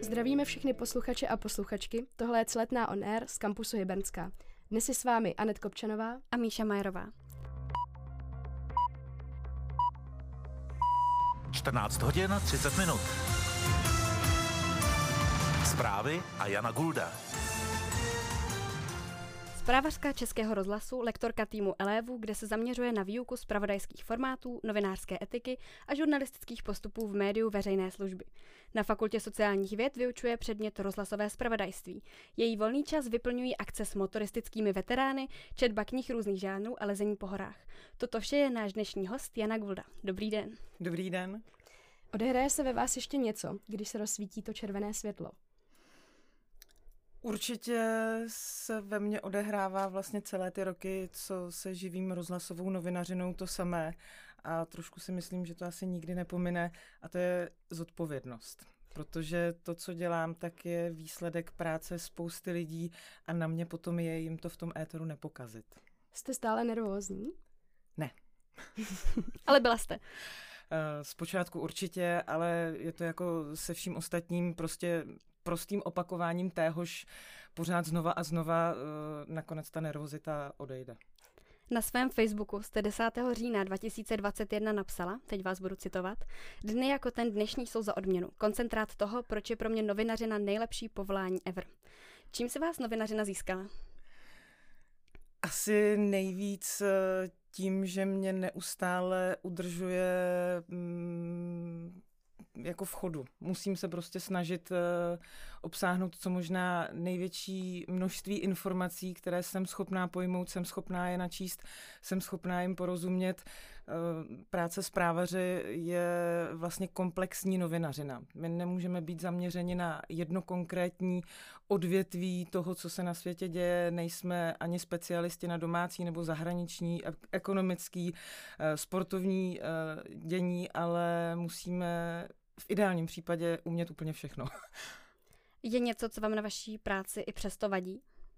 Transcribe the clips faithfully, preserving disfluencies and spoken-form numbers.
Zdravíme všechny posluchače a posluchačky, tohle je Cletná on Air z kampusu Hybernská. Dnes je s vámi Anet Kopčanová a Míša Majerová. čtrnáct hodin třicet minut. Zprávy a Jana Gulda. Zprávařka Českého rozhlasu, lektorka týmu Elévu, kde se zaměřuje na výuku zpravodajských formátů, novinářské etiky a žurnalistických postupů v médiu veřejné služby. Na Fakultě sociálních věd vyučuje předmět rozhlasové zpravodajství. Její volný čas vyplňují akce s motoristickými veterány, četba knih různých žánrů a lezení po horách. Toto vše je náš dnešní host Jana Gulda. Dobrý den. Dobrý den. Odehraje se ve vás ještě něco, když se rozsvítí to červené světlo? Určitě se ve mně odehrává vlastně celé ty roky, co se živím rozhlasovou novinařinou, to samé. A trošku si myslím, že to asi nikdy nepomine, a to je zodpovědnost. Protože to, co dělám, tak je výsledek práce spousty lidí a na mě potom je jim to v tom éteru nepokazit. Jste stále nervózní? Ne. Ale byla jste. Zpočátku určitě, ale je to jako se vším ostatním, prostě prostým opakováním téhož pořád znova a znova nakonec ta nervozita odejde. Na svém Facebooku jste desátého října dva tisíce dvacet jedna napsala, teď vás budu citovat, dny jako ten dnešní jsou za odměnu. Koncentrát toho, proč je pro mě novinařina nejlepší povolání ever. Čím se vás novinařina získala? Asi nejvíc tím, že mě neustále udržuje mm, jako v chodu. Musím se prostě snažit uh, obsáhnout co možná největší množství informací, které jsem schopná pojmout, jsem schopná je načíst, jsem schopná jim porozumět. Uh, práce zprávy je vlastně komplexní novinařina. My nemůžeme být zaměřeni na jedno konkrétní odvětví toho, co se na světě děje. Nejsme ani specialisti na domácí nebo zahraniční, ekonomický, uh, sportovní uh, dění, ale musíme v ideálním případě umět úplně všechno. Je něco, co vám na vaší práci i přesto vadí?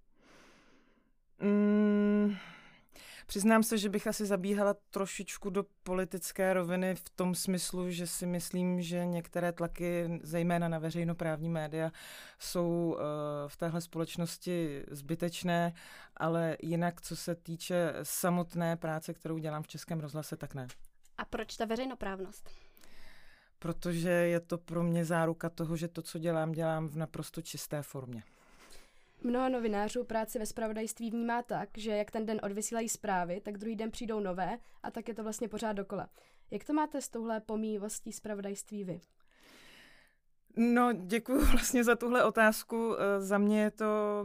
Mm, přiznám se, že bych asi zabíhala trošičku do politické roviny v tom smyslu, že si myslím, že některé tlaky, zejména na veřejnoprávní média, jsou uh, v téhle společnosti zbytečné, ale jinak, co se týče samotné práce, kterou dělám v Českém rozhlase, tak ne. A proč ta veřejnoprávnost? Protože je to pro mě záruka toho, že to, co dělám, dělám v naprosto čisté formě. Mnoho novinářů práci ve zpravodajství vnímá tak, že jak ten den odvysílají zprávy, tak druhý den přijdou nové a tak je to vlastně pořád dokola. Jak to máte s touhle pomíjivostí zpravodajství vy? No, děkuji vlastně za tuhle otázku. Za mě je to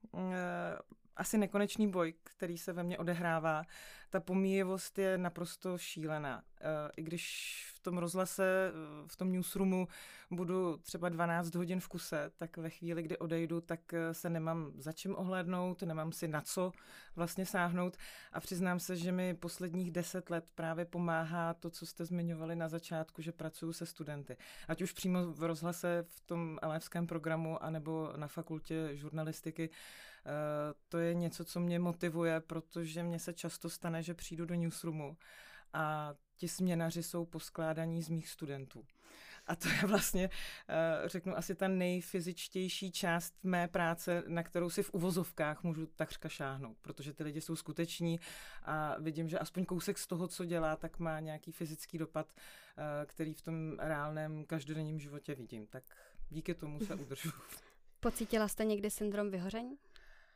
asi nekonečný boj, který se ve mně odehrává. Ta pomíjivost je naprosto šílená. I když v tom rozhlase, v tom newsroomu budu třeba dvanáct hodin v kuse, tak ve chvíli, kdy odejdu, tak se nemám za čím ohlédnout, nemám si na co vlastně sáhnout. A přiznám se, že mi posledních deset let právě pomáhá to, co jste zmiňovali na začátku, že pracuju se studenty. Ať už přímo v rozhlase, v tom elévském programu, anebo na fakultě žurnalistiky. To je něco, co mě motivuje, protože mně se často stane, že přijdu do newsroomu a ti směnaři jsou poskládaní z mých studentů. A to je vlastně, řeknu, asi ta nejfyzičtější část mé práce, na kterou si v uvozovkách můžu takřka šáhnout, protože ty lidi jsou skuteční a vidím, že aspoň kousek z toho, co dělá, tak má nějaký fyzický dopad, který v tom reálném každodenním životě vidím. Tak díky tomu se udržuju. Pocítila jste někdy syndrom vyhoření? Uh,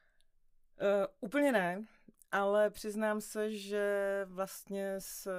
úplně ne, ale přiznám se, že vlastně s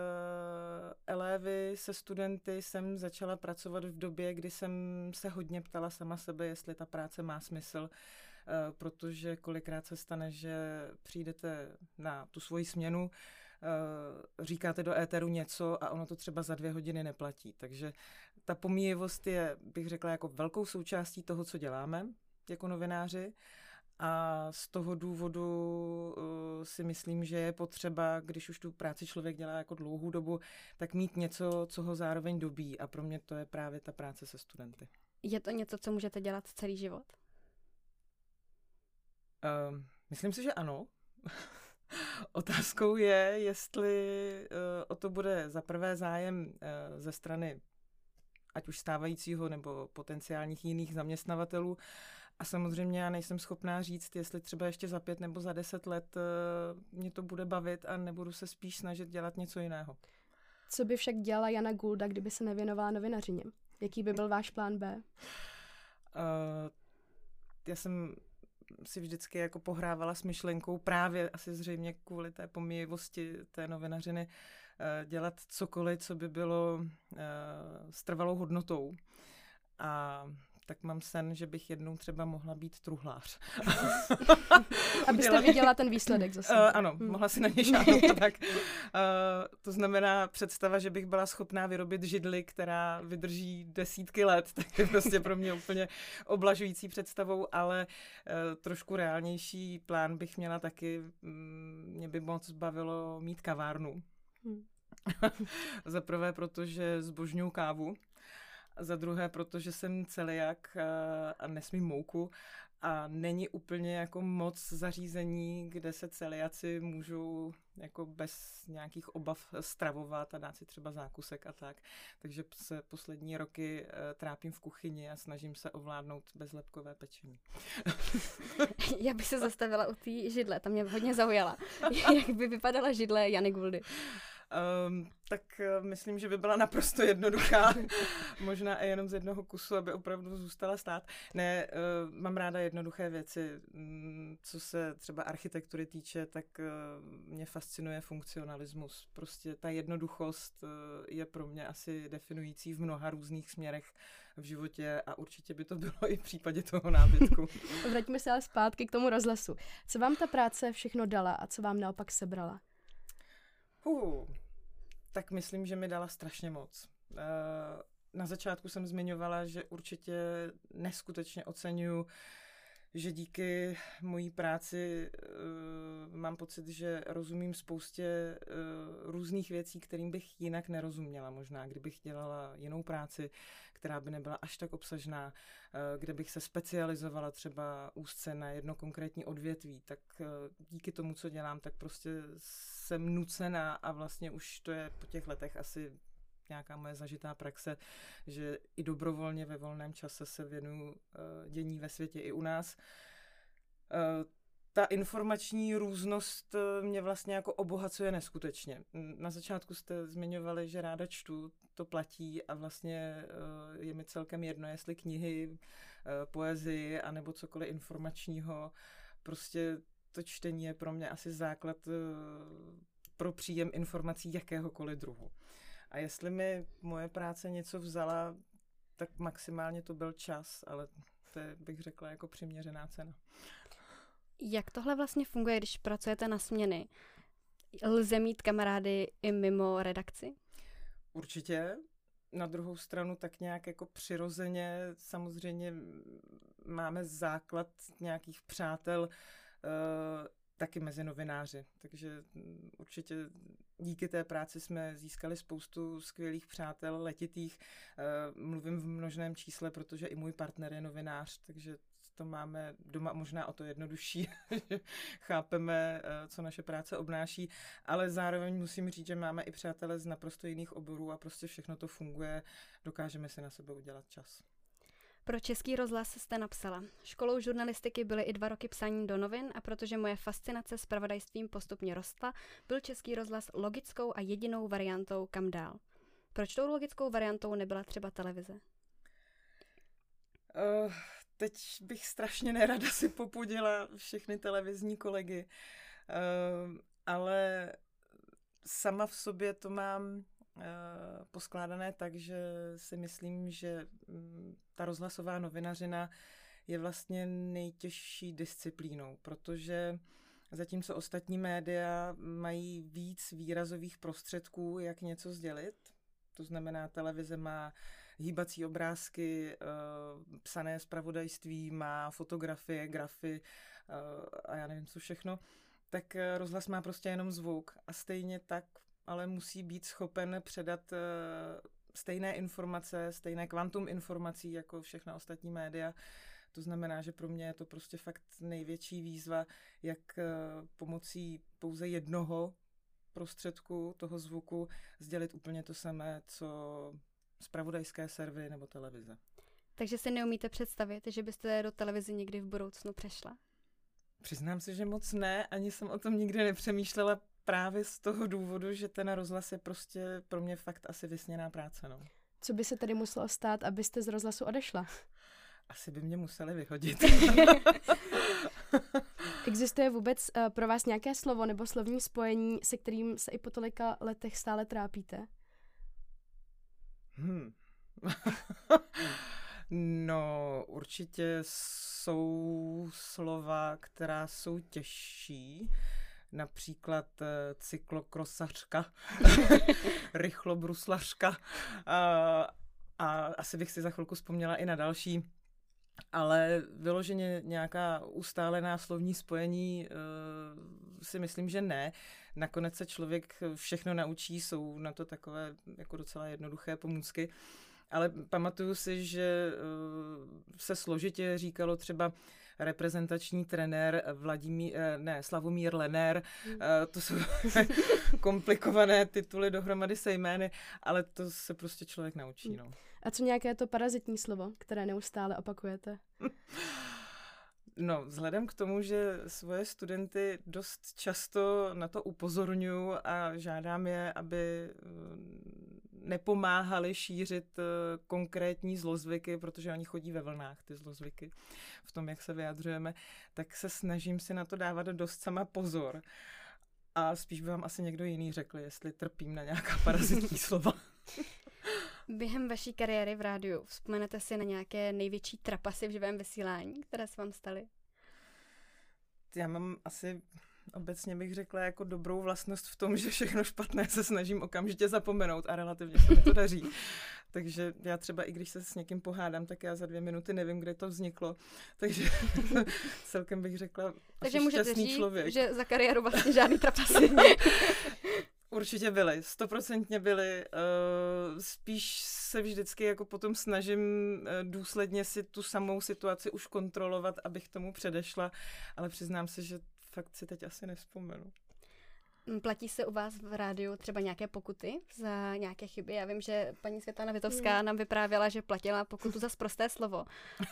elévy, se studenty jsem začala pracovat v době, kdy jsem se hodně ptala sama sebe, jestli ta práce má smysl, uh, protože kolikrát se stane, že přijdete na tu svoji směnu, uh, říkáte do éteru něco a ono to třeba za dvě hodiny neplatí. Takže ta pomíjivost je, bych řekla, jako velkou součástí toho, co děláme jako novináři. A z toho důvodu uh, si myslím, že je potřeba, když už tu práci člověk dělá jako dlouhou dobu, tak mít něco, co ho zároveň dobí. A pro mě to je právě ta práce se studenty. Je to něco, co můžete dělat celý život? Uh, myslím si, že ano. Otázkou je, jestli uh, o to bude za prvé zájem uh, ze strany ať už stávajícího nebo potenciálních jiných zaměstnavatelů. A samozřejmě já nejsem schopná říct, jestli třeba ještě za pět nebo za deset let mě to bude bavit a nebudu se spíš snažit dělat něco jiného. Co by však dělala Jana Gulda, kdyby se nevěnovala novinařině? Jaký by byl váš plán B? Uh, já jsem si vždycky jako pohrávala s myšlenkou právě asi zřejmě kvůli té pomíjivosti té novinařiny uh, dělat cokoliv, co by bylo uh, s trvalou hodnotou. A tak mám sen, že bych jednou třeba mohla být truhlář. Abyste viděla ten výsledek zase. Uh, ano, hmm. mohla si na ně šáhnout. Tak. Uh, to znamená představa, že bych byla schopná vyrobit židli, která vydrží desítky let. Tak je prostě pro mě úplně oblažující představou, ale uh, trošku reálnější plán bych měla taky. Mm, mě by moc bavilo mít kavárnu. Hmm. Za prvé, protože zbožňuju kávu. Za druhé, protože jsem celiak a nesmím mouku a není úplně jako moc zařízení, kde se celiaci můžou jako bez nějakých obav stravovat a dát si třeba zákusek a tak. Takže se poslední roky trápím v kuchyni a snažím se ovládnout bezlepkové pečení. Já bych se zastavila u té židle, ta mě hodně zaujala. Jak by vypadala židle Jany Guldy? Um, tak uh, myslím, že by byla naprosto jednoduchá, možná i jenom z jednoho kusu, aby opravdu zůstala stát. Ne, uh, mám ráda jednoduché věci. Mm, co se třeba architektury týče, tak uh, mě fascinuje funkcionalismus. Prostě ta jednoduchost uh, je pro mě asi definující v mnoha různých směrech v životě a určitě by to bylo i v případě toho nábytku. Vraťme se ale zpátky k tomu rozhlasu. Co vám ta práce všechno dala a co vám naopak sebrala? Uh, tak myslím, že mi dala strašně moc. Uh, na začátku jsem zmiňovala, že určitě neskutečně oceňuju, že díky mojí práci uh, mám pocit, že rozumím spoustě uh, různých věcí, kterým bych jinak nerozuměla možná, kdybych dělala jinou práci, která by nebyla až tak obsažná, uh, kde bych se specializovala třeba úzce na jedno konkrétní odvětví, tak uh, díky tomu, co dělám, tak prostě jsem nucená a vlastně už to je po těch letech asi nějaká moje zažitá praxe, že i dobrovolně ve volném čase se věnuju uh, dění ve světě i u nás. Uh, ta informační různost mě vlastně jako obohacuje neskutečně. Na začátku jste zmiňovali, že ráda čtu, to platí a vlastně uh, je mi celkem jedno, jestli knihy, uh, poezii anebo cokoliv informačního. Prostě to čtení je pro mě asi základ uh, pro příjem informací jakéhokoliv druhu. A jestli mi moje práce něco vzala, tak maximálně to byl čas, ale to je, bych řekla, jako přiměřená cena. Jak tohle vlastně funguje, když pracujete na směny? Lze mít kamarády i mimo redakci? Určitě. Na druhou stranu tak nějak jako přirozeně samozřejmě máme základ nějakých přátel, taky mezi novináři. Takže určitě díky té práci jsme získali spoustu skvělých přátel, letitých. Mluvím v množném čísle, protože i můj partner je novinář, takže to máme doma možná o to jednodušší, že chápeme, co naše práce obnáší, ale zároveň musím říct, že máme i přátele z naprosto jiných oborů a prostě všechno to funguje, dokážeme si na sebe udělat čas. Pro Český rozhlas jste napsala: školou žurnalistiky byly i dva roky psaní do novin a protože moje fascinace zpravodajstvím postupně rostla, byl Český rozhlas logickou a jedinou variantou kam dál. Proč tou logickou variantou nebyla třeba televize? Uh, teď bych strašně nerada si popudila všechny televizní kolegy, uh, ale sama v sobě to mám poskládané tak, že si myslím, že ta rozhlasová novinařina je vlastně nejtěžší disciplínou, protože zatímco ostatní média mají víc výrazových prostředků, jak něco sdělit, to znamená, televize má hýbací obrázky, psané zpravodajství, má fotografie, grafy a já nevím co všechno, tak rozhlas má prostě jenom zvuk a stejně tak ale musí být schopen předat uh, stejné informace, stejné kvantum informací jako všechna ostatní média. To znamená, že pro mě je to prostě fakt největší výzva, jak uh, pomocí pouze jednoho prostředku toho zvuku sdělit úplně to samé, co zpravodajské servery nebo televize. Takže si neumíte představit, že byste do televize někdy v budoucnu přešla? Přiznám se, že moc ne, ani jsem o tom nikdy nepřemýšlela právě z toho důvodu, že ten rozhlas je prostě pro mě fakt asi vysněná práce. No. Co by se tedy muselo stát, abyste z rozhlasu odešla? Asi by mě museli vyhodit. Existuje vůbec uh, pro vás nějaké slovo nebo slovní spojení, se kterým se i po tolika letech stále trápíte? Hmm. No, určitě jsou slova, která jsou těžší. Například uh, cyklokrosařka, rychlobruslařka a, a asi bych si za chvilku vzpomněla i na další. Ale vyloženě nějaká ustálená slovní spojení uh, si myslím, že ne. Nakonec se člověk všechno naučí, jsou na to takové jako docela jednoduché pomůcky. Ale pamatuju si, že uh, se složitě říkalo třeba reprezentační trenér Vladimír, ne, Slavomír Lenér. Mm. Uh, to jsou komplikované tituly dohromady se jmény, ale to se prostě člověk naučí. No. A co nějaké to parazitní slovo, které neustále opakujete? No, vzhledem k tomu, že svoje studenty dost často na to upozorňuji a žádám je, aby nepomáhali šířit konkrétní zlozvyky, protože oni chodí ve vlnách, ty zlozvyky, v tom, jak se vyjadřujeme, tak se snažím si na to dávat dost sama pozor. A spíš by vám asi někdo jiný řekl, jestli trpím na nějaká parazitní slova. Během vaší kariéry v rádiu vzpomenete si na nějaké největší trapasy v živém vysílání, které se vám staly? Já mám asi obecně bych řekla jako dobrou vlastnost v tom, že všechno špatné se snažím okamžitě zapomenout a relativně se mi to daří. Takže já třeba i když se s někým pohádám, tak já za dvě minuty nevím, kde to vzniklo. Takže celkem bych řekla Takže asi můžete šťastný říct, člověk. že za kariéru vlastně žádný trapasy. Určitě byly, stoprocentně byly. Uh, spíš se vždycky jako potom snažím uh, důsledně si tu samou situaci už kontrolovat, abych tomu předešla, ale přiznám se, že fakt si teď asi nevzpomenu. Platí se u vás v rádiu třeba nějaké pokuty za nějaké chyby? Já vím, že paní Světlana Vitovská nám vyprávěla, že platila pokutu za sprosté slovo.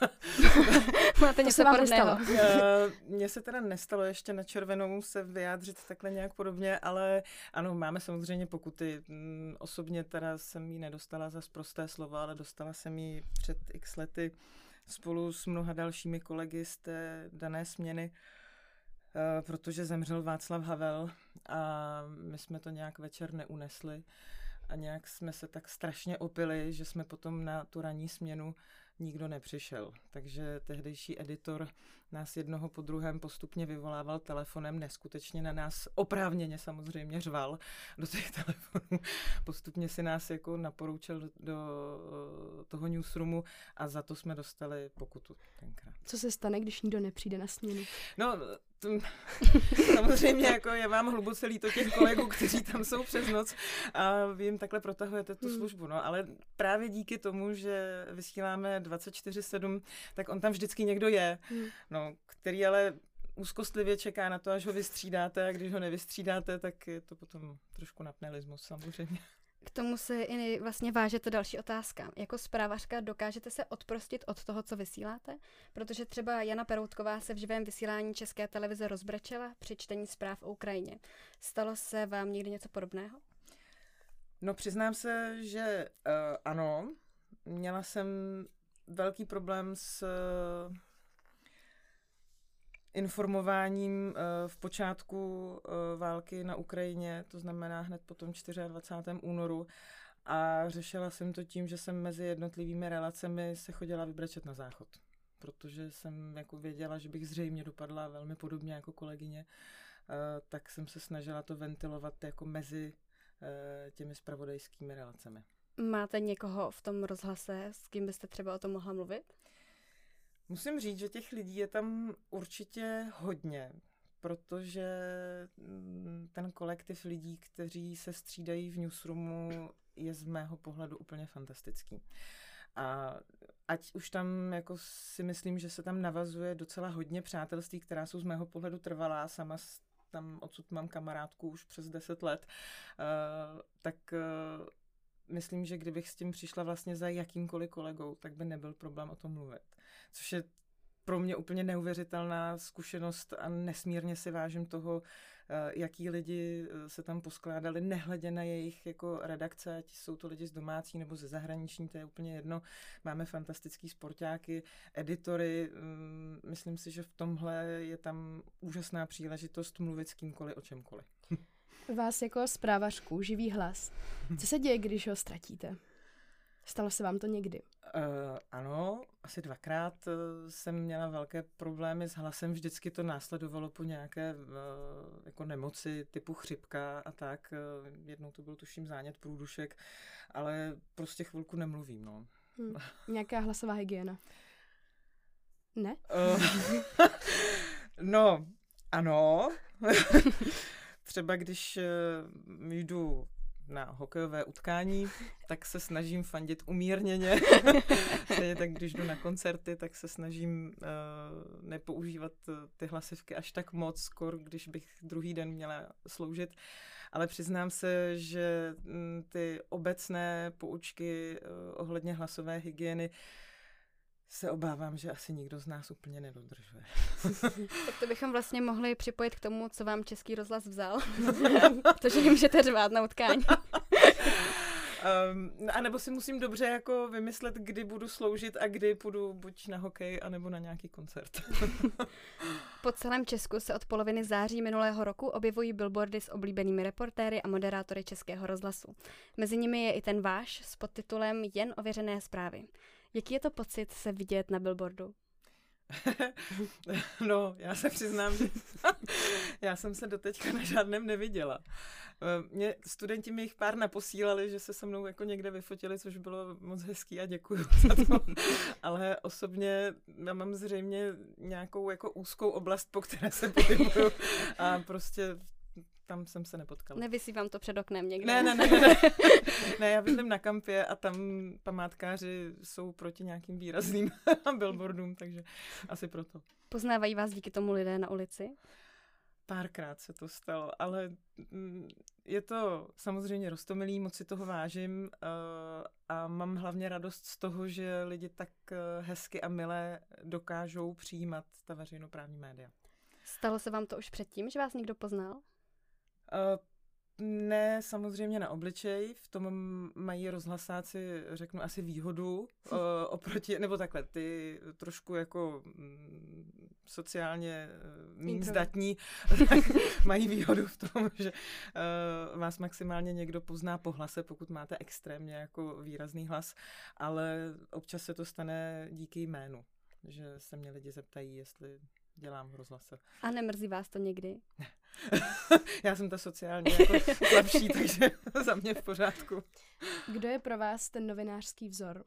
Máte něco podobného? Mně se teda nestalo ještě na červenou se vyjádřit takhle nějak podobně, ale ano, máme samozřejmě pokuty. Osobně teda jsem ji nedostala za sprosté slovo, ale dostala jsem ji před x lety spolu s mnoha dalšími kolegy z té dané směny, protože zemřel Václav Havel a my jsme to nějak večer neunesli a nějak jsme se tak strašně opili, že jsme potom na tu ranní směnu nikdo nepřišel. Takže tehdejší editor nás jednoho po druhém postupně vyvolával telefonem, neskutečně na nás oprávněně samozřejmě řval do těch telefonů. Postupně si nás jako naporoučil do, do toho newsroomu a za to jsme dostali pokutu tenkrát. Co se stane, když nikdo nepřijde na směnu? No, to, samozřejmě jako je vám hluboce líto těch kolegů, kteří tam jsou přes noc a vy jim takhle protahujete tu službu, no, ale právě díky tomu, že vysíláme dvacet čtyři sedm, tak on tam vždycky někdo je, no, který ale úzkostlivě čeká na to, až ho vystřídáte a když ho nevystřídáte, tak je to potom trošku napnelismus samozřejmě. K tomu se i vlastně váže to další otázka. Jako zprávařka dokážete se odprostit od toho, co vysíláte? Protože třeba Jana Peroutková se v živém vysílání České televize rozbrečela při čtení zpráv o Ukrajině. Stalo se vám někdy něco podobného? No přiznám se, že uh, ano. Měla jsem velký problém s uh, informováním uh, v počátku uh, války na Ukrajině, to znamená hned po tom dvacátého čtvrtého únoru. A řešila jsem to tím, že jsem mezi jednotlivými relacemi se chodila vybrečet na záchod. Protože jsem jako věděla, že bych zřejmě dopadla velmi podobně jako kolegyně, uh, tak jsem se snažila to ventilovat jako mezi uh, těmi zpravodajskými relacemi. Máte někoho v tom rozhlase, s kým byste třeba o tom mohla mluvit? Musím říct, že těch lidí je tam určitě hodně, protože ten kolektiv lidí, kteří se střídají v newsroomu, je z mého pohledu úplně fantastický. A ať už tam jako si myslím, že se tam navazuje docela hodně přátelství, která jsou z mého pohledu trvalá, sama tam odsud mám kamarádku už přes deset let, uh, tak uh, myslím, že kdybych s tím přišla vlastně za jakýmkoliv kolegou, tak by nebyl problém o tom mluvit. Což je pro mě úplně neuvěřitelná zkušenost a nesmírně si vážím toho, jaký lidi se tam poskládali, nehledě na jejich jako redakce, ať jsou to lidi z domácí nebo ze zahraniční, to je úplně jedno. Máme fantastický sportáky, editory, myslím si, že v tomhle je tam úžasná příležitost mluvit s kýmkoliv o čemkoliv. Vás jako zprávařku živí hlas. Co se děje, když ho ztratíte? Stalo se vám to někdy? Uh, ano, asi dvakrát uh, jsem měla velké problémy s hlasem, vždycky to následovalo po nějaké uh, jako nemoci typu chřipka a tak. Uh, jednou to byl tuším zánět průdušek, ale prostě chvilku nemluvím, no. Hmm. Nějaká hlasová hygiena? Ne? Uh, no, ano. Třeba když uh, jdu na hokejové utkání, tak se snažím fandit umírněně. Stejně tak, když jdu na koncerty, tak se snažím uh, nepoužívat ty hlasivky až tak moc, skoro když bych druhý den měla sloužit. Ale přiznám se, že m, ty obecné poučky uh, ohledně hlasové hygieny se obávám, že asi nikdo z nás úplně nedodržuje. Tak to bychom vlastně mohli připojit k tomu, co vám Český rozhlas vzal. Protože nemůžete řvát na utkání. Um, a nebo si musím dobře jako vymyslet, kdy budu sloužit a kdy půjdu buď na hokej, anebo na nějaký koncert. Po celém Česku se od poloviny září minulého roku objevují billboardy s oblíbenými reportéry a moderátory Českého rozhlasu. Mezi nimi je i ten váš s podtitulem Jen ověřené zprávy. Jaký je to pocit se vidět na billboardu? No, já se přiznám, že já jsem se doteďka na žádném neviděla. Mě studenti mi jich pár naposílali, že se se mnou jako někde vyfotili, což bylo moc hezký a děkuju za to. Ale osobně já mám zřejmě nějakou jako úzkou oblast, po které se pohybuju a prostě tam jsem se nepotkala. Nevisí vám to před oknem někde? Ne, ne, ne, ne. Ne, já bydlím na kampě a tam památkáři jsou proti nějakým výrazným billboardům, takže asi proto. Poznávají vás díky tomu lidé na ulici? Párkrát se to stalo, ale je to samozřejmě roztomilý, moc si toho vážím a mám hlavně radost z toho, že lidi tak hezky a milé dokážou přijímat ta veřejnoprávní média. Stalo se vám to už předtím, že vás někdo poznal? Uh, ne, samozřejmě na obličej, v tom mají rozhlasáci, řeknu, asi výhodu uh, oproti, nebo takhle, ty trošku jako mm, sociálně uh, méně zdatní mají výhodu v tom, že uh, vás maximálně někdo pozná po hlase, pokud máte extrémně jako výrazný hlas, ale občas se to stane díky jménu, že se mě lidi zeptají, jestli dělám v rozhlase. A nemrzí vás to někdy? Ne. Já jsem ta sociálně jako slabší, takže za mě v pořádku. Kdo je pro vás ten novinářský vzor?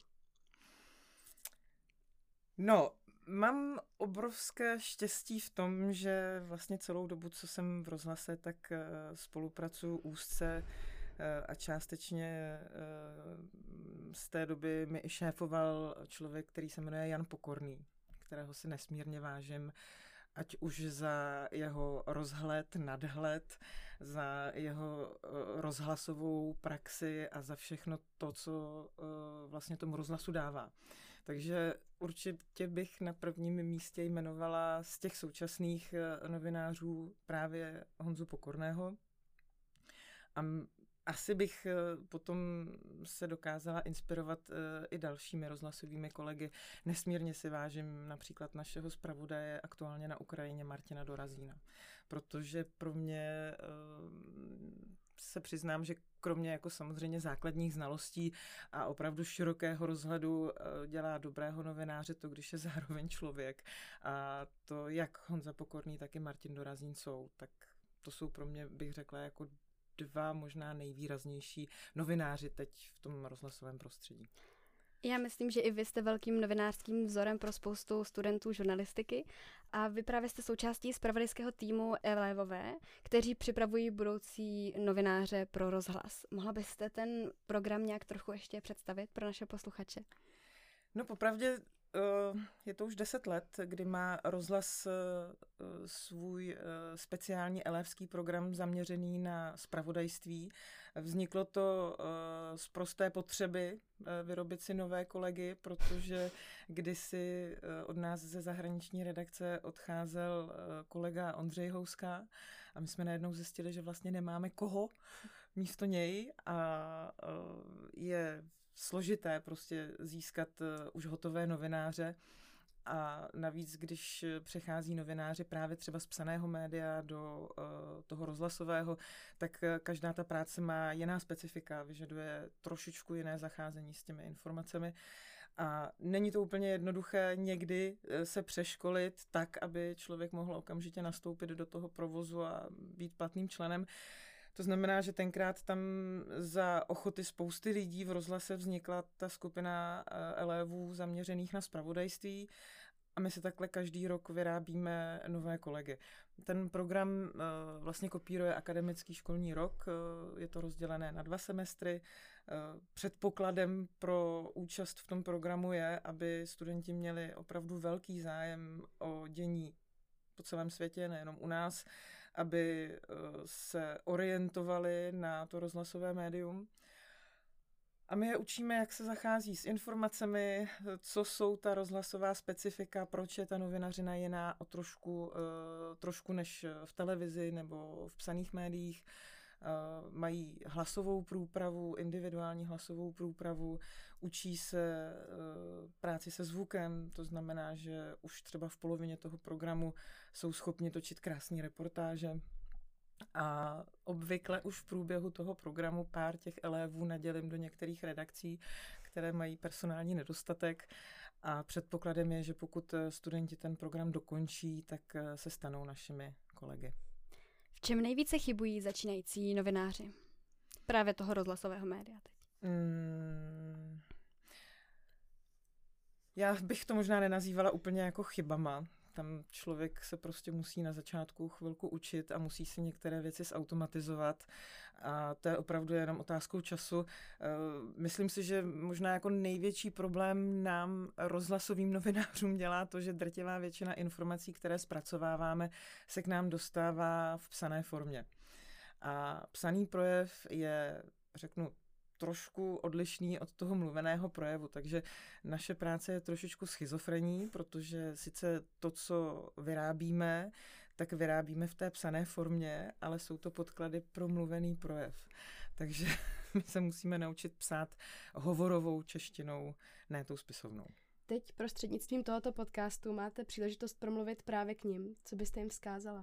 No, mám obrovské štěstí v tom, že vlastně celou dobu, co jsem v rozhlase, tak uh, spolupracuju úzce uh, a částečně uh, z té doby mi i šéfoval člověk, který se jmenuje Jan Pokorný, kterého si nesmírně vážím, ať už za jeho rozhled, nadhled, za jeho uh, rozhlasovou praxi a za všechno to, co uh, vlastně tomu rozhlasu dává. Takže určitě bych na prvním místě jmenovala z těch současných uh, novinářů právě Honzu Pokorného. A asi bych potom se dokázala inspirovat i dalšími rozhlasovými kolegy. Nesmírně si vážím například našeho zpravodaje aktuálně na Ukrajině Martina Dorazína, protože pro mě se přiznám, že kromě jako samozřejmě základních znalostí a opravdu širokého rozhledu dělá dobrého novináře to, když je zároveň člověk. A to jak Honza Pokorný, tak i Martin Dorazín jsou, tak to jsou pro mě, bych řekla, jako dva možná nejvýraznější novináři teď v tom rozhlasovém prostředí. Já myslím, že i vy jste velkým novinářským vzorem pro spoustu studentů žurnalistiky a vy právě jste součástí zpravodajského týmu Elévové, kteří připravují budoucí novináře pro rozhlas. Mohla byste ten program nějak trochu ještě představit pro naše posluchače? No popravdě je to už deset let, kdy má rozhlas svůj speciální elevský program zaměřený na zpravodajství. Vzniklo to z prosté potřeby vyrobit si nové kolegy, protože kdysi od nás ze zahraniční redakce odcházel kolega Ondřej Houska a my jsme najednou zjistili, že vlastně nemáme koho místo něj a je složité prostě získat už hotové novináře a navíc, když přechází novináři právě třeba z psaného média do uh, toho rozhlasového, tak každá ta práce má jiná specifika, vyžaduje trošičku jiné zacházení s těmi informacemi a není to úplně jednoduché někdy se přeškolit tak, aby člověk mohl okamžitě nastoupit do toho provozu a být platným členem. To znamená, že tenkrát tam za ochoty spousty lidí v rozhlase vznikla ta skupina elevů zaměřených na zpravodajství a my si takhle každý rok vyrábíme nové kolegy. Ten program vlastně kopíruje akademický školní rok, je to rozdělené na dva semestry. Předpokladem pro účast v tom programu je, aby studenti měli opravdu velký zájem o dění po celém světě, nejenom u nás, aby se orientovali na to rozhlasové médium. A my je učíme, jak se zachází s informacemi, co jsou ta rozhlasová specifika, proč je ta novinařina jiná o trošku, trošku než v televizi nebo v psaných médiích. Mají hlasovou průpravu, individuální hlasovou průpravu, učí se práci se zvukem, to znamená, že už třeba v polovině toho programu jsou schopni točit krásné reportáže. A obvykle už v průběhu toho programu pár těch elevů nadělím do některých redakcí, které mají personální nedostatek a předpokladem je, že pokud studenti ten program dokončí, tak se stanou našimi kolegy. V čem nejvíce chybují začínající novináři? Právě toho rozhlasového média teď. Hmm. Já bych to možná nenazývala úplně jako chybama. Tam člověk se prostě musí na začátku chvilku učit a musí si některé věci zautomatizovat. A to je opravdu jenom otázkou času. Myslím si, že možná jako největší problém nám, rozhlasovým novinářům, dělá to, že drtivá většina informací, které zpracováváme, se k nám dostává v psané formě. A psaný projev je, řeknu, trošku odlišný od toho mluveného projevu, takže naše práce je trošičku schizofrení, protože sice to, co vyrábíme, tak vyrábíme v té psané formě, ale jsou to podklady pro mluvený projev. Takže my se musíme naučit psát hovorovou češtinou, ne tou spisovnou. Teď prostřednictvím tohoto podcastu máte příležitost promluvit právě k nim. Co byste jim vzkázala?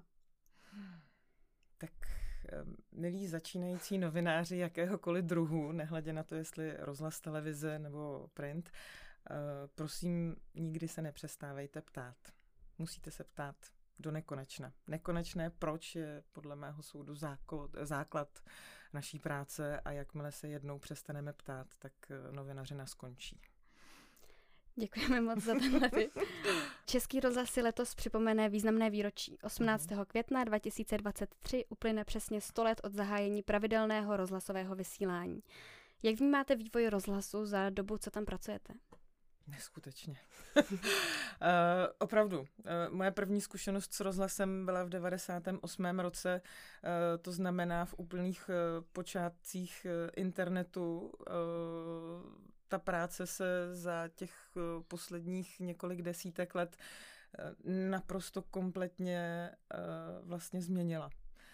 Tak milí začínající novináři jakéhokoliv druhu, nehledě na to, jestli rozhlas, televize nebo print, prosím, nikdy se nepřestávejte ptát. Musíte se ptát do nekonečna. Nekonečné proč je podle mého soudu základ naší práce a jakmile se jednou přestaneme ptát, tak novinařina skončí. Děkujeme moc za tenhle tip. Český rozhlas si letos připomene významné výročí. osmnáctého května dva tisíce dvacet tři uplyne přesně sto let od zahájení pravidelného rozhlasového vysílání. Jak vnímáte vývoj rozhlasu za dobu, co tam pracujete? Neskutečně. uh, opravdu. Uh, moje první zkušenost s rozhlasem byla v devadesátém osmém roce, uh, to znamená v úplných uh, počátcích uh, internetu. Uh, ta práce se za těch uh, posledních několik desítek let uh, naprosto kompletně uh, vlastně změnila.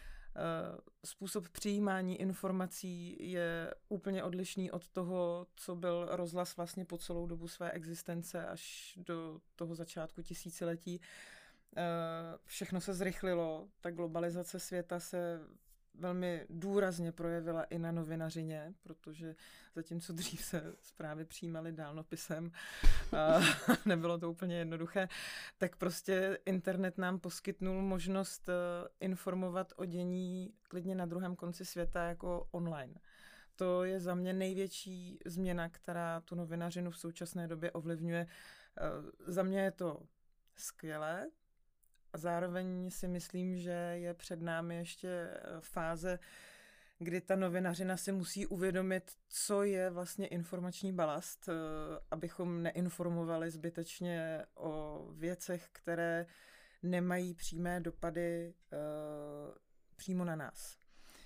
Způsob přijímání informací je úplně odlišný od toho, co byl rozhlas vlastně po celou dobu své existence až do toho začátku tisíciletí. Všechno se zrychlilo, ta globalizace světa se velmi důrazně projevila i na novinařině, protože zatímco dřív se zprávy přijímaly dálnopisem, a nebylo to úplně jednoduché, tak prostě internet nám poskytnul možnost informovat o dění klidně na druhém konci světa jako online. To je za mě největší změna, která tu novinařinu v současné době ovlivňuje. Za mě je to skvělé, a zároveň si myslím, že je před námi ještě fáze, kdy ta novinařina si musí uvědomit, co je vlastně informační balast, abychom neinformovali zbytečně o věcech, které nemají přímé dopady uh, přímo na nás.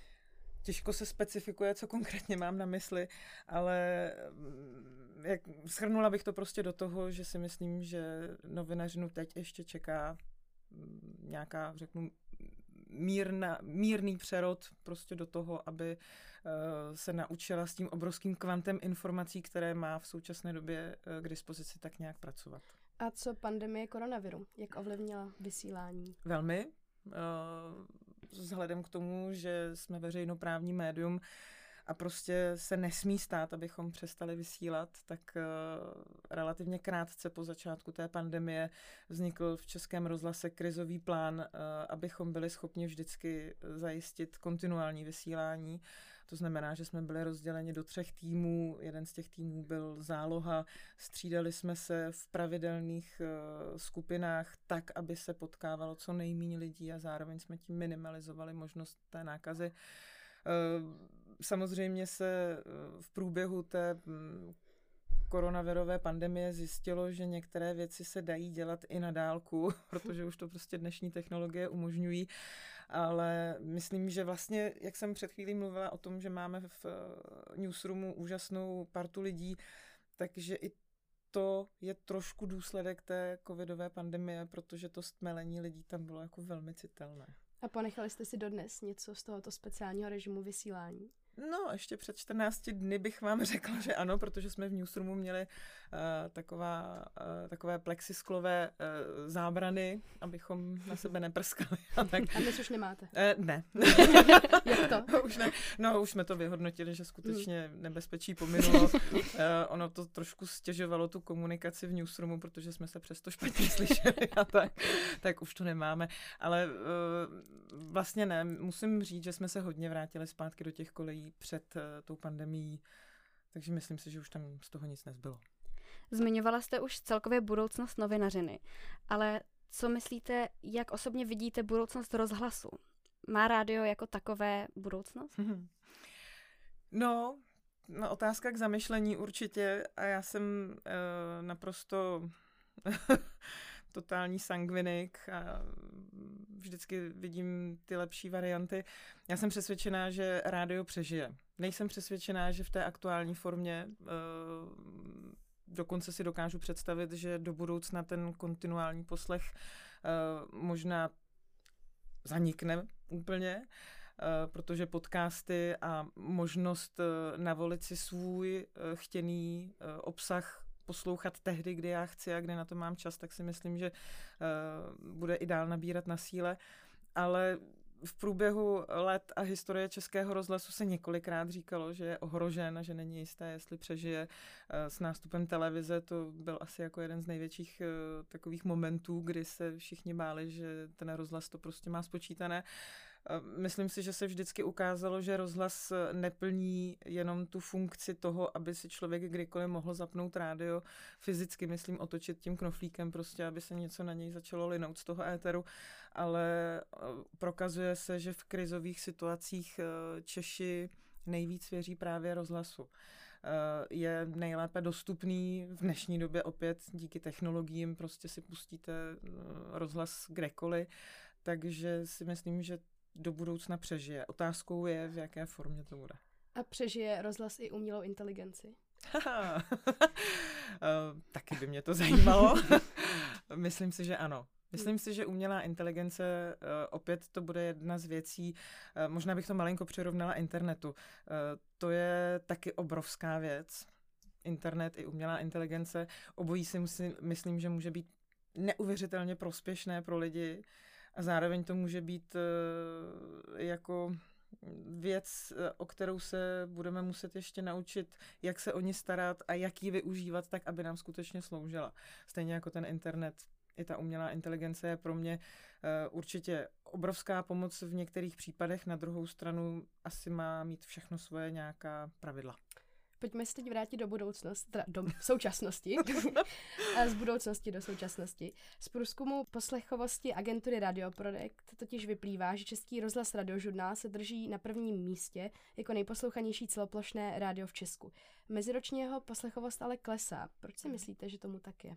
Těžko se specifikuje, co konkrétně mám na mysli, ale jak, shrnula bych to prostě do toho, že si myslím, že novinařinu teď ještě čeká nějaká, řeknu, mírna, mírný přerod prostě do toho, aby uh, se naučila s tím obrovským kvantem informací, které má v současné době uh, k dispozici, tak nějak pracovat. A co pandemie koronaviru? Jak ovlivnila vysílání? Velmi. Uh, vzhledem k tomu, že jsme veřejnoprávní médium a prostě se nesmí stát, abychom přestali vysílat, tak uh, relativně krátce po začátku té pandemie vznikl v Českém rozhlase krizový plán, uh, abychom byli schopni vždycky zajistit kontinuální vysílání. To znamená, že jsme byli rozděleni do třech týmů. Jeden z těch týmů byl záloha. Střídali jsme se v pravidelných uh, skupinách tak, aby se potkávalo co nejméně lidí a zároveň jsme tím minimalizovali možnost té nákazy. Uh, samozřejmě se uh, v průběhu té um, koronavirové pandemie zjistilo, že některé věci se dají dělat i na dálku, protože už to prostě dnešní technologie umožňují. Ale myslím, že vlastně, jak jsem před chvílí mluvila o tom, že máme v newsroomu úžasnou partu lidí, takže i to je trošku důsledek té covidové pandemie, protože to stmelení lidí tam bylo jako velmi citelné. A ponechali jste si dodnes něco z tohoto speciálního režimu vysílání? No, ještě před čtrnácti dny bych vám řekla, že ano, protože jsme v newsroomu měli uh, taková, uh, takové plexisklové uh, zábrany, abychom na sebe neprskali. A, tak. A dnes už nemáte? Uh, ne. Jak to? už ne. No, už jsme to vyhodnotili, že skutečně nebezpečí pominulo. Uh, ono to trošku stěžovalo tu komunikaci v newsroomu, protože jsme se přesto špatně slyšeli a tak. Tak už to nemáme. Ale uh, vlastně ne. Musím říct, že jsme se hodně vrátili zpátky do těch kolejí před uh, tou pandemií, takže myslím si, že už tam z toho nic nezbylo. Zmiňovala jste už celkově budoucnost novinařiny, ale co myslíte, jak osobně vidíte budoucnost rozhlasu? Má rádio jako takové budoucnost? Hmm. No, no, otázka k zamyšlení určitě a já jsem uh, naprosto totální sangvinik a vždycky vidím ty lepší varianty. Já jsem přesvědčená, že rádio přežije. Nejsem přesvědčená, že v té aktuální formě, uh, dokonce si dokážu představit, že do budoucna ten kontinuální poslech uh, možná zanikne úplně, uh, protože podcasty a možnost uh, navolit si svůj uh, chtěný uh, obsah poslouchat tehdy, kdy já chci a kdy na to mám čas, tak si myslím, že uh, bude i dál nabírat na síle. Ale v průběhu let a historie Českého rozhlasu se několikrát říkalo, že je ohrožen a že není jisté, jestli přežije. S nástupem televize to byl asi jako jeden z největších uh, takových momentů, kdy se všichni báli, že ten rozhlas to prostě má spočítané. Myslím si, že se vždycky ukázalo, že rozhlas neplní jenom tu funkci toho, aby si člověk kdykoliv mohl zapnout rádio, fyzicky, myslím, otočit tím knoflíkem prostě, aby se něco na něj začalo linout z toho éteru, ale prokazuje se, že v krizových situacích Češi nejvíc věří právě rozhlasu. Je nejlépe dostupný v dnešní době opět díky technologiím, prostě si pustíte rozhlas kdekoliv, takže si myslím, že do budoucna přežije. Otázkou je, v jaké formě to bude. A přežije rozhlas i umělou inteligenci? Taky by mě to zajímalo. Myslím si, že ano. Myslím si, že umělá inteligence, opět to bude jedna z věcí, možná bych to malinko přirovnala internetu. To je taky obrovská věc. Internet i umělá inteligence. Obojí si musím, myslím, že může být neuvěřitelně prospěšné pro lidi a zároveň to může být jako věc, o kterou se budeme muset ještě naučit, jak se o ní starat a jak ji využívat tak, aby nám skutečně sloužila. Stejně jako ten internet. I ta umělá inteligence je pro mě uh, určitě obrovská pomoc v některých případech, na druhou stranu asi má mít všechno svoje nějaká pravidla. Pojďme se teď vrátit do budoucnosti, teda do současnosti, z budoucnosti do současnosti. Z průzkumu poslechovosti agentury Radioprojekt totiž vyplývá, že Český rozhlas Radiožurnál se drží na prvním místě jako nejposlouchanější celoplošné rádio v Česku. Meziročně jeho poslechovost ale klesá. Proč si myslíte, že tomu tak je?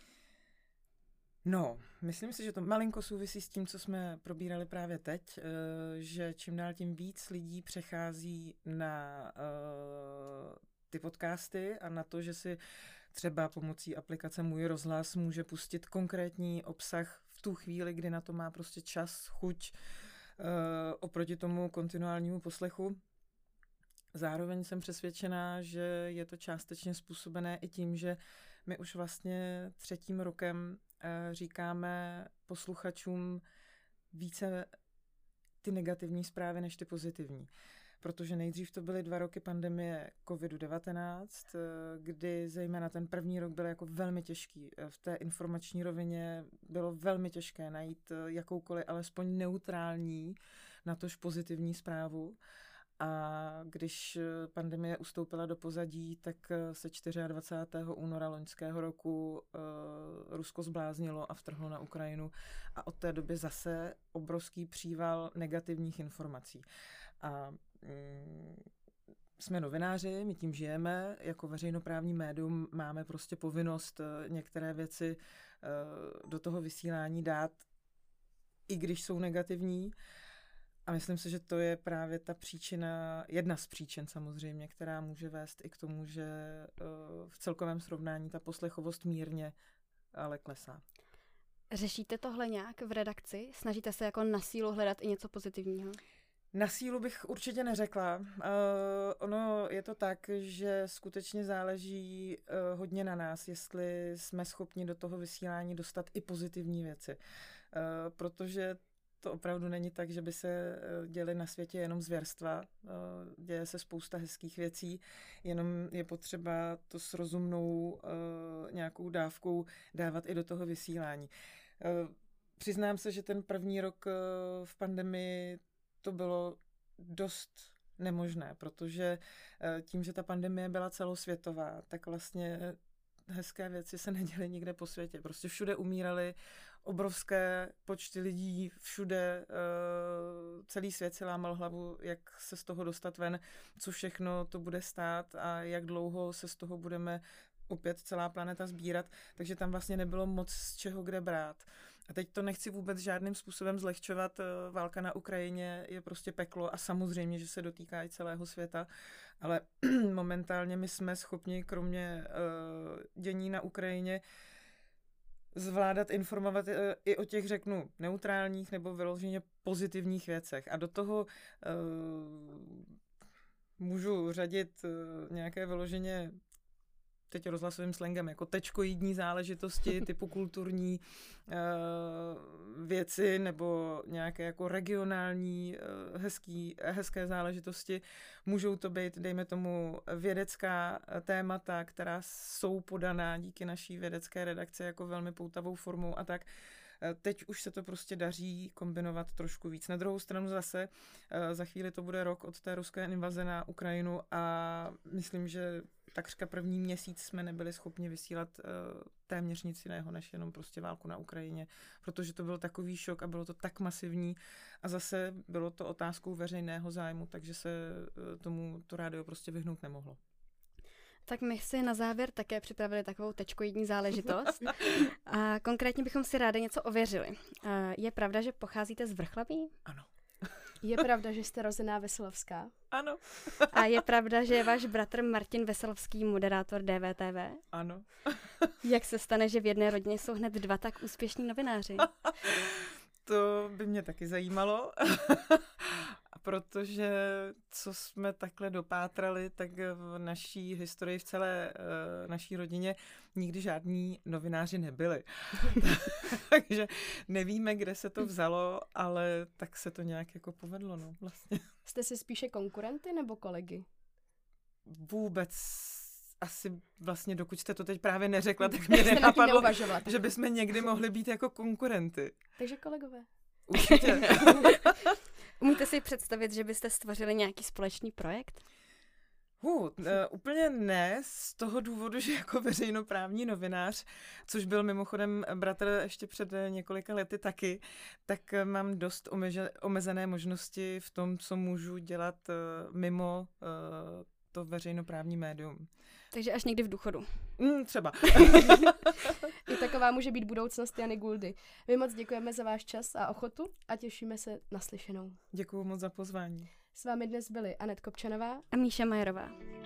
No, myslím si, že to malinko souvisí s tím, co jsme probírali právě teď, že čím dál tím víc lidí přechází na uh, ty podcasty a na to, že si třeba pomocí aplikace Můj rozhlas může pustit konkrétní obsah v tu chvíli, kdy na to má prostě čas, chuť, uh, oproti tomu kontinuálnímu poslechu. Zároveň jsem přesvědčená, že je to částečně způsobené i tím, že my už vlastně třetím rokem říkáme posluchačům více ty negativní zprávy než ty pozitivní. Protože nejdřív to byly dva roky pandemie kovid devatenáct, kdy zejména ten první rok byl jako velmi těžký. V té informační rovině bylo velmi těžké najít jakoukoliv alespoň neutrální, natož pozitivní zprávu. A když pandemie ustoupila do pozadí, tak se dvacátého čtvrtého února loňského roku uh, Rusko zbláznilo a vtrhlo na Ukrajinu a od té doby zase obrovský příval negativních informací. A mm, jsme novináři, my tím žijeme, jako veřejnoprávní médium máme prostě povinnost některé věci uh, do toho vysílání dát, i když jsou negativní. A myslím si, že to je právě ta příčina, jedna z příčin samozřejmě, která může vést i k tomu, že uh, v celkovém srovnání ta poslechovost mírně, ale klesá. Řešíte tohle nějak v redakci? Snažíte se jako na sílu hledat i něco pozitivního? Na sílu bych určitě neřekla. Uh, ono je to tak, že skutečně záleží uh, hodně na nás, jestli jsme schopni do toho vysílání dostat i pozitivní věci. Uh, protože to opravdu není tak, že by se děly na světě jenom zvěrstva. Děje se spousta hezkých věcí, jenom je potřeba to s rozumnou nějakou dávkou dávat i do toho vysílání. Přiznám se, že ten první rok v pandemii to bylo dost nemožné, protože tím, že ta pandemie byla celosvětová, tak vlastně hezké věci se neděly nikde po světě. Prostě všude umírali obrovské počty lidí, všude uh, celý svět si lámal hlavu, jak se z toho dostat ven, co všechno to bude stát a jak dlouho se z toho budeme opět celá planeta sbírat, takže tam vlastně nebylo moc z čeho kde brát. A teď to nechci vůbec žádným způsobem zlehčovat, válka na Ukrajině je prostě peklo a samozřejmě, že se dotýká i celého světa, ale momentálně my jsme schopni, kromě uh, dění na Ukrajině, zvládat informovat i o těch, řeknu, neutrálních nebo vyloženě pozitivních věcech. A do toho uh, můžu řadit uh, nějaké vyloženě, teď rozhlasovým slangem, jako tečkoidní záležitosti, typu kulturní uh, věci nebo nějaké jako regionální uh, hezký, hezké záležitosti. Můžou to být, dejme tomu, vědecká témata, která jsou podaná díky naší vědecké redakci jako velmi poutavou formou a tak. Teď už se to prostě daří kombinovat trošku víc. Na druhou stranu zase, za chvíli to bude rok od té ruské invaze na Ukrajinu a myslím, že takřka první měsíc jsme nebyli schopni vysílat téměř nic jiného, než jenom prostě válku na Ukrajině, protože to byl takový šok a bylo to tak masivní a zase bylo to otázkou veřejného zájmu, takže se tomu to rádio prostě vyhnout nemohlo. Tak my si na závěr také připravili takovou tečkoidní záležitost. A konkrétně bychom si rádi něco ověřili. Je pravda, že pocházíte z Vrchlabí? Ano. Je pravda, že jste rozená Veselovská? Ano. A je pravda, že je váš bratr Martin Veselovský moderátor D V T V? Ano. Jak se stane, že v jedné rodině jsou hned dva tak úspěšní novináři? To by mě taky zajímalo. Protože co jsme takhle dopátrali, tak v naší historii, v celé uh, naší rodině nikdy žádní novináři nebyli. Takže nevíme, kde se to vzalo, ale tak se to nějak jako povedlo, no vlastně. Jste si spíše konkurenty nebo kolegy? Vůbec asi vlastně, dokud jste to teď právě neřekla, tak mě nenapadlo, že bychom někdy mohli být jako konkurenty. Takže kolegové. Určitě. Umíte si představit, že byste stvořili nějaký společný projekt? Uh, uh, úplně ne, z toho důvodu, že jako veřejnoprávní novinář, což byl mimochodem bratr ještě před několika lety taky, tak mám dost omeže, omezené možnosti v tom, co můžu dělat uh, mimo uh, to veřejnoprávní médium. Takže až někdy v důchodu. Mm, třeba. I taková může být budoucnost Jany Guldy. My moc děkujeme za váš čas a ochotu a těšíme se na slyšenou. Děkuju moc za pozvání. S vámi dnes byly Anet Kopčanová A Míša Majerová.